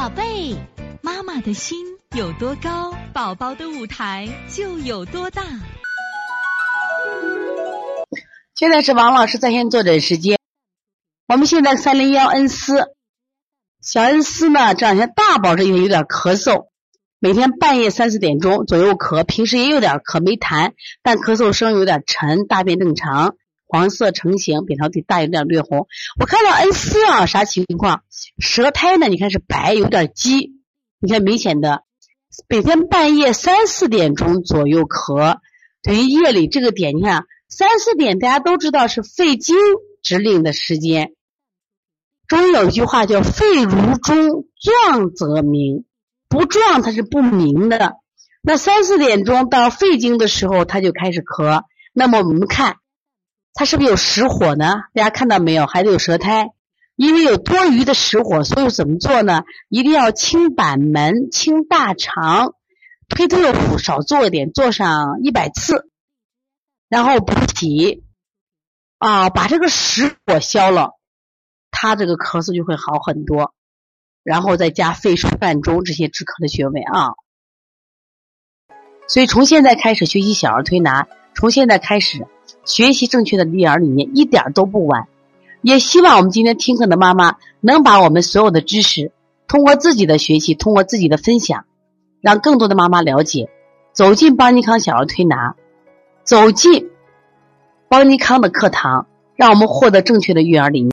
宝贝，妈妈的心有多高，宝宝的舞台就有多大。 现在是王老师在线坐诊时间。我们现在301恩思，小恩思呢，这两天大宝这几天有点咳嗽，每天半夜3、4点钟左右咳，平时也有点咳没痰，但咳嗽声有点沉，大便正常，黄色成型，扁桃体大有点略红。我看到恩思啊，啥情况？舌苔呢，你看是白，有点积，你看明显的，每天半夜3、4点钟左右咳，等于夜里这个点，你看3、4点大家都知道是肺经指令的时间。中医有一句话叫肺如钟，壮则明，不壮它是不明的。那3、4点钟到肺经的时候它就开始咳，那么我们看它是不是有实火呢？大家看到没有？还得有舌苔，因为有多余的实火，所以怎么做呢？一定要清板门，清大肠，推特腹少做一点，做上100次，然后补脾把这个实火消了，它这个咳嗽就会好很多。然后再加肺腧膻中这些止咳的穴位啊。所以从现在开始学习小儿推拿，从现在开始学习正确的育儿理念，一点都不晚。也希望我们今天听课的妈妈能把我们所有的知识通过自己的学习，通过自己的分享，让更多的妈妈了解，走进邦尼康小儿推拿，走进邦尼康的课堂，让我们获得正确的育儿理念。